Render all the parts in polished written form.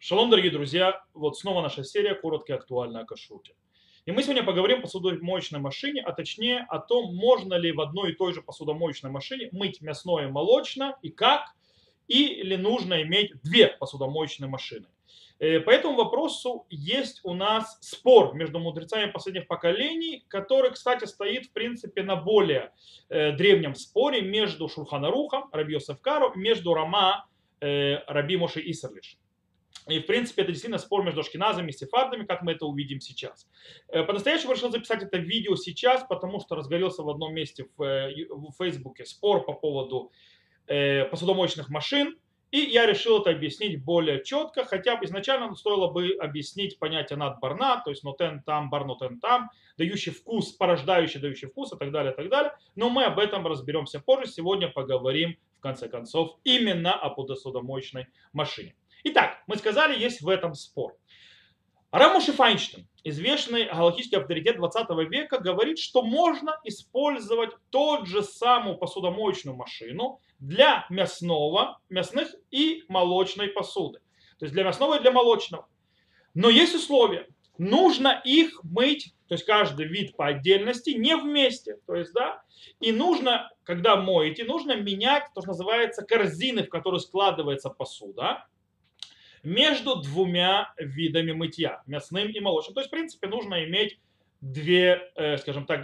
Шалом, дорогие друзья! Вот снова наша серия «Коротко и актуально о кашруте». И мы сегодня поговорим о посудомоечной машине, а точнее о том, можно ли в одной и той же посудомоечной машине мыть мясное и молочное, и как, или нужно иметь две посудомоечные машины. По этому вопросу есть у нас спор между мудрецами последних поколений, который, кстати, стоит в принципе на более древнем споре между Шулхан Арухом, Раби Йосеф Каро, между Рама, Раби Моше Исерлиш. И, в принципе, это действительно спор между ашкеназами и сефардами, как мы это увидим сейчас. По-настоящему решил записать это видео сейчас, потому что разгорелся в одном месте в Фейсбуке спор по поводу посудомоечных машин. И я решил это объяснить более четко, хотя бы изначально стоило бы объяснить понятие над барна, то есть нотен там, бар нотен там, дающий вкус, порождающий дающий вкус и так далее, и так далее. Но мы об этом разберемся позже. Сегодня поговорим, в конце концов, именно о посудомоечной машине. Итак, мы сказали, есть в этом спор. Рав Моше Файнштейн, известный галахический авторитет 20 века, говорит, что можно использовать тот же самую посудомоечную машину для мясных и молочной посуды. То есть для мясного и для молочного. Но есть условия. Нужно их мыть, то есть каждый вид по отдельности, не вместе. То есть, да, и нужно, когда моете, нужно менять то, что называется корзины, в которые складывается посуда, между двумя видами мытья, мясным и молочным. То есть, в принципе, нужно иметь скажем так,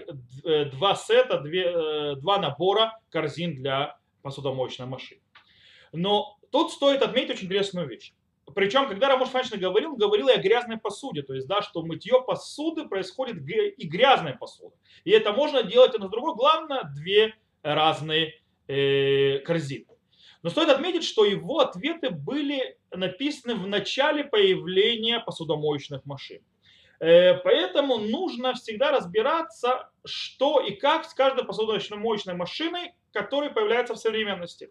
два набора корзин для посудомоечной машины. Но тут стоит отметить очень интересную вещь. Причем, когда Рав Моше Файнштейн говорил и о грязной посуде. То есть, да, что мытье посуды происходит и грязная посуда. И это можно делать одно с другой. Главное, две разные корзины. Но стоит отметить, что его ответы были написаны в начале появления посудомоечных машин. Поэтому нужно всегда разбираться, что и как с каждой посудомоечной машиной, которая появляется в современности.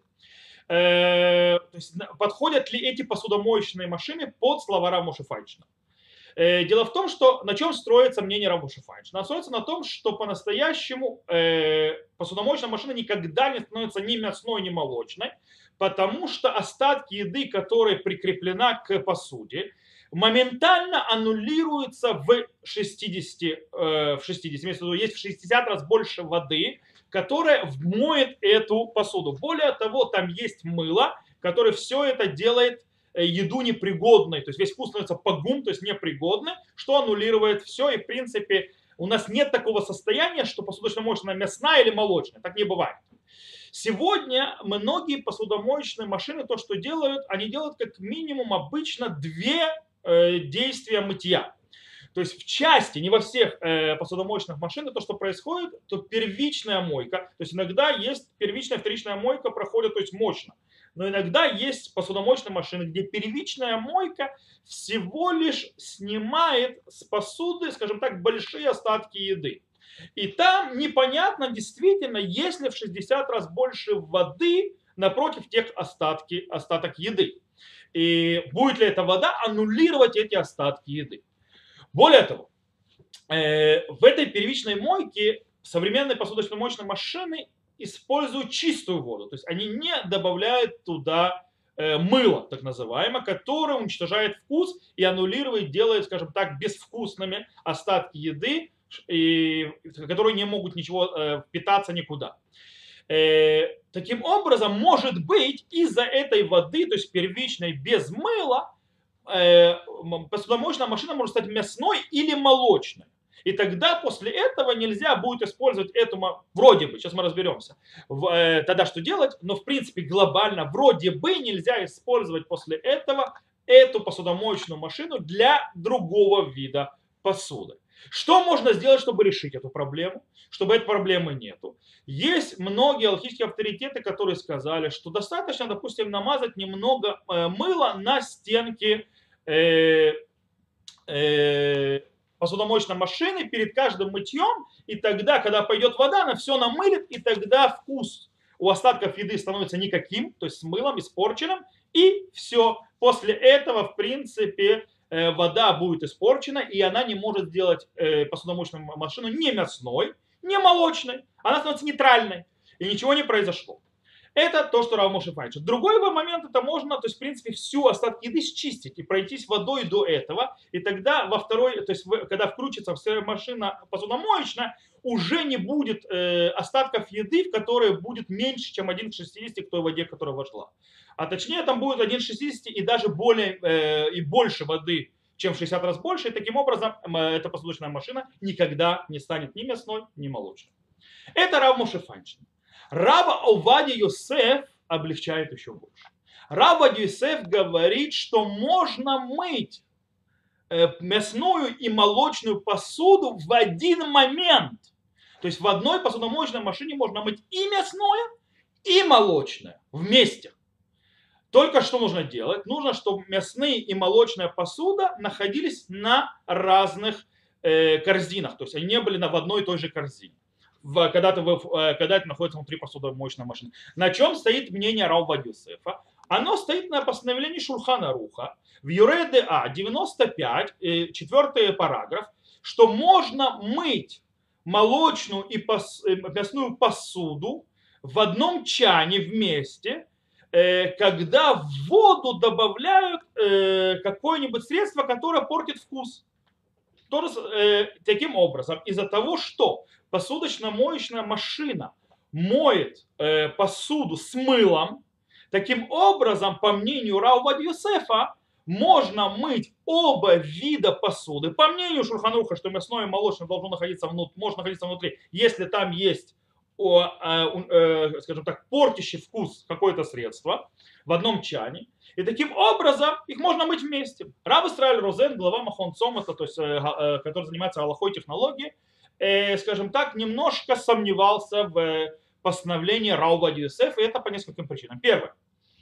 То есть, подходят ли эти посудомоечные машины под слова Рава Моше Файнштейна. Дело в том, что на чем строится мнение Рава Моше Файнштейна. Оно строится на том, что по-настоящему посудомоечная машина никогда не становится ни мясной, ни молочной, потому что остатки еды, которая прикреплена к посуде, моментально аннулируются в 60, имеется в виду, есть в 60 раз больше воды, которая вмоет эту посуду. Более того, там есть мыло, которое все это делает еду непригодной, то есть весь вкус становится погум, то есть непригодный, что аннулирует все, и в принципе у нас нет такого состояния, что посудомоечная мясная или молочная, так не бывает. Сегодня многие посудомоечные машины то, что делают, они делают как минимум обычно две действия мытья. То есть в части, не во всех посудомоечных машинах, то, что происходит, то первичная мойка, то есть иногда есть первичная, вторичная мойка проходит, то есть мощно. Но иногда есть посудомоечные машины, где первичная мойка всего лишь снимает с посуды, скажем так, большие остатки еды. И там непонятно действительно, есть ли в 60 раз больше воды напротив тех остаток еды. И будет ли эта вода аннулировать эти остатки еды. Более того, в этой первичной мойке современные посудомоечные машины используют чистую воду. То есть они не добавляют туда мыло, так называемое, которое уничтожает вкус и аннулирует, делает, скажем так, безвкусными остатки еды, которые не могут ничего впитаться никуда. Таким образом, может быть, из-за этой воды, то есть первичной без мыла, посудомоечная машина может стать мясной или молочной. И тогда после этого нельзя будет использовать эту, вроде бы, сейчас мы разберемся, тогда что делать, но в принципе глобально вроде бы нельзя использовать после этого эту посудомоечную машину для другого вида посуды. Что можно сделать, чтобы решить эту проблему, чтобы этой проблемы нету? Есть многие галахические авторитеты, которые сказали, что достаточно, допустим, намазать немного мыла на стенки посудомоечной машины перед каждым мытьем, и тогда, когда пойдет вода, она все намылит, и тогда вкус у остатков еды становится никаким, то есть с мылом, испорченным, и все. После этого, в принципе, вода будет испорчена, и она не может сделать посудомоечную машину ни мясной, ни молочной. Она становится нейтральной, и ничего не произошло. Это то, что Рав Моше Файнштейн. Другой момент, это можно, то есть, в принципе, всю остатки еды счистить и пройтись водой до этого. И тогда во второй, то есть, когда вкрутится вся машина посудомоечная, уже не будет остатков еды, в которой будет меньше, чем 1 к 60 к той воде, которая вошла. А точнее, там будет 1 к 60 и даже более и больше воды, чем в 60 раз больше. И таким образом, эта посудочная машина никогда не станет ни мясной, ни молочной. Это Рав Моше Файнштейн. Рав Овадия Йосеф облегчает еще больше. Рав Овадия Йосеф говорит, что можно мыть мясную и молочную посуду в один момент. То есть в одной посудомоечной машине можно мыть и мясное, и молочное вместе. Только что нужно делать? Нужно, чтобы мясные и молочная посуда находились на разных корзинах. То есть они не были в одной и той же корзине. Когда это находится внутри посудомоечной машины. На чем стоит мнение Рав Овадия Йосефа? Оно стоит на постановлении Шулхана Аруха в Юре ДА 95, 4 параграф, что можно мыть молочную и мясную посуду в одном чане вместе, когда в воду добавляют какое-нибудь средство, которое портит вкус. Таким образом, из-за того, что посудочно-моечная машина моет посуду с мылом, таким образом, по мнению Рава Овадия Йосефа, можно мыть оба вида посуды. По мнению Шулхан Аруха, что мясное и молочное должно находиться может находиться внутри, если там есть, скажем так, портящий вкус какое-то средство в одном чане. И таким образом их можно мыть вместе. Рав Исраэль Розен, глава Махон Цомата, то есть, который занимается алахой технологией, скажем так, немножко сомневался в постановлении Рава Овадия Йосефа, и это по нескольким причинам. Первое.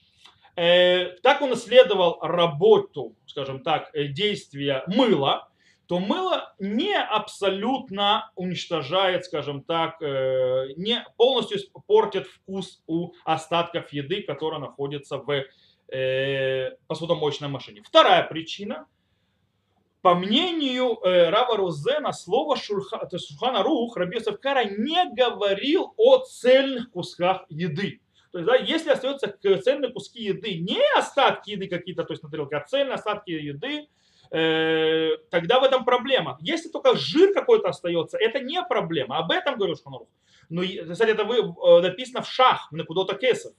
Так он исследовал работу, скажем так, действия мыла, то мыло не абсолютно уничтожает, скажем так, не полностью портит вкус у остатков еды, которая находится в посудомоечной машине. Вторая причина. По мнению Рава Розена, слово Шулхан Арух Раби Йосеф Кара не говорил о цельных кусках еды. То есть, да, если остаются цельные куски еды, не остатки еды какие-то, то есть на тарелке, а цельные остатки еды, тогда в этом проблема. Если только жир какой-то остается, это не проблема. Об этом говорил Шулхан Арух. Но, кстати, это написано в Шах, в Некудот Кесов.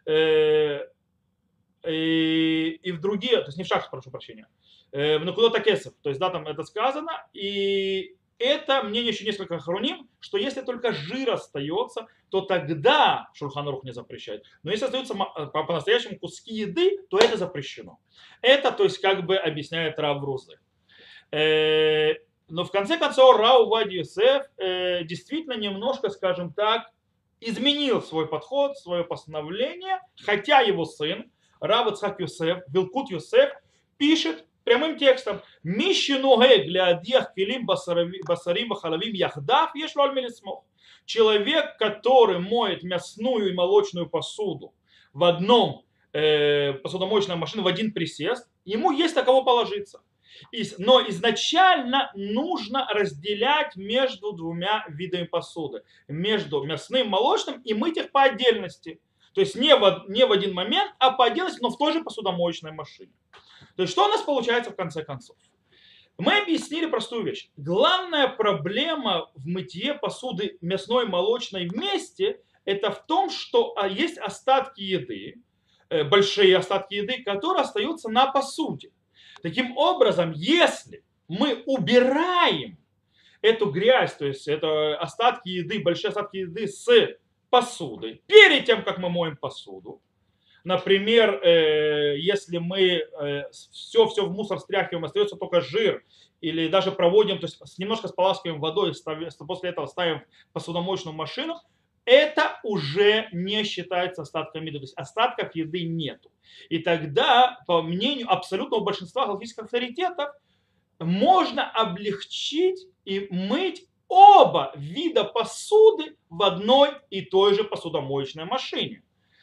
И в другие, то есть не в Шах, прошу прощения, в Некудот Кесов. То есть, да, там это сказано. И это мнение еще несколько хроним, что если только жир остается, то тогда Шулхан Арух не запрещает. Но если остаются по-настоящему куски еды, то это запрещено. Это, то есть, как бы объясняет Рав Рузе. Но в конце концов Рав Овадия Йосеф действительно немножко, скажем так, изменил свой подход, свое постановление, хотя его сын Рав Ицхак Йосеф, Вилкут Йосеф, пишет прямым текстом: «Мищинуге глядех килим басарим бахалавим яхдав ешло аль мелисмох». Человек, который моет мясную и молочную посуду в одном посудомоечной машине в один присест, ему есть на кого положиться. Но изначально нужно разделять между двумя видами посуды. Между мясным и молочным, и мыть их по отдельности. То есть не в один момент, а по отдельности, но в той же посудомоечной машине. То есть что у нас получается в конце концов? Мы объяснили простую вещь. Главная проблема в мытье посуды мясной и молочной вместе, это в том, что есть остатки еды, большие остатки еды, которые остаются на посуде. Таким образом, если мы убираем эту грязь, то есть это остатки еды, большие остатки еды с посуды, перед тем, как мы моем посуду, например, если мы все в мусор стряхиваем, остается только жир, или даже проводим, то есть немножко споласкиваем водой, после этого ставим в посудомоечную машину, это уже не считается остатками еды. То есть остатков еды нету. И тогда, по мнению абсолютного большинства галактических авторитетов, можно облегчить и мыть оба вида посуды в одной и той же посудомоечной машине.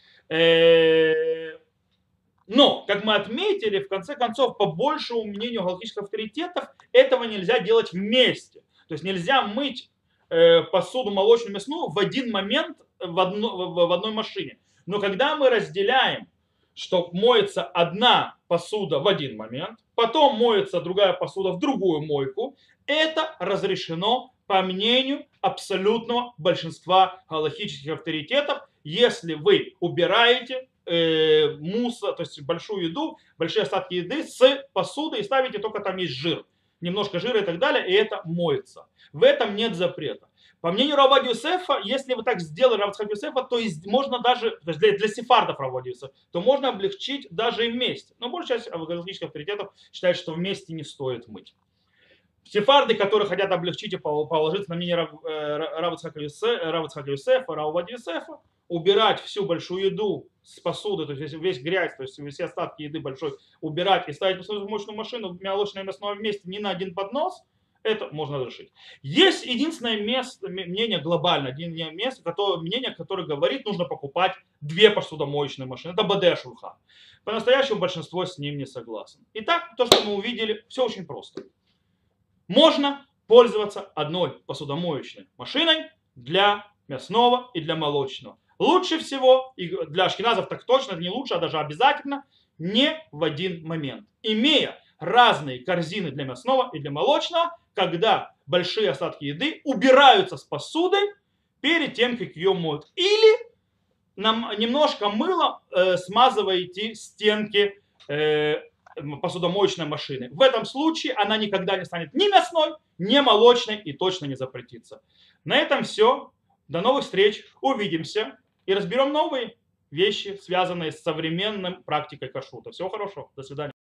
Но, как мы отметили, в конце концов, по большему мнению галактических авторитетов, этого нельзя делать вместе. То есть нельзя мыть посуду молочную, мясную в один момент в одной машине. Но когда мы разделяем, что моется одна посуда в один момент, потом моется другая посуда в другую мойку, это разрешено по мнению абсолютного большинства галахических авторитетов, если вы убираете мусор, то есть большую еду, большие остатки еды с посуды и ставите только там есть жир, немножко жира и так далее, и это моется. В этом нет запрета. По мнению Рава Юсефа, если вы так сделали Рава Юсефа, то есть можно даже, то есть для сефардов Рава Юсефа, то можно облегчить даже и вместе. Но большая часть галахических авторитетов считает, что вместе не стоит мыть. Сефарды, которые хотят облегчить и положиться на мнение Рава Юсефа, Рава Юсефа, убирать всю большую еду с посуды, то есть весь грязь, то есть все остатки еды большой, убирать и ставить в мощную машину, молочное и мясное вместе, не на один поднос, это можно разрешить. Есть единственное мнение глобальное, мнение, которое говорит, нужно покупать две посудомоечные машины. Это Бадея Шульхан. По-настоящему большинство с ним не согласно. Итак, то, что мы увидели, все очень просто. Можно пользоваться одной посудомоечной машиной для мясного и для молочного. Лучше всего, и для ашкеназов так точно, не лучше, а даже обязательно, не в один момент. Имея разные корзины для мясного и для молочного, когда большие остатки еды убираются с посудой перед тем, как ее моют. Или немножко мылом смазываете стенки посудомоечной машины. В этом случае она никогда не станет ни мясной, ни молочной и точно не запретится. На этом все. До новых встреч. Увидимся и разберем новые вещи, связанные с современной практикой кашрута. Всего хорошего. До свидания.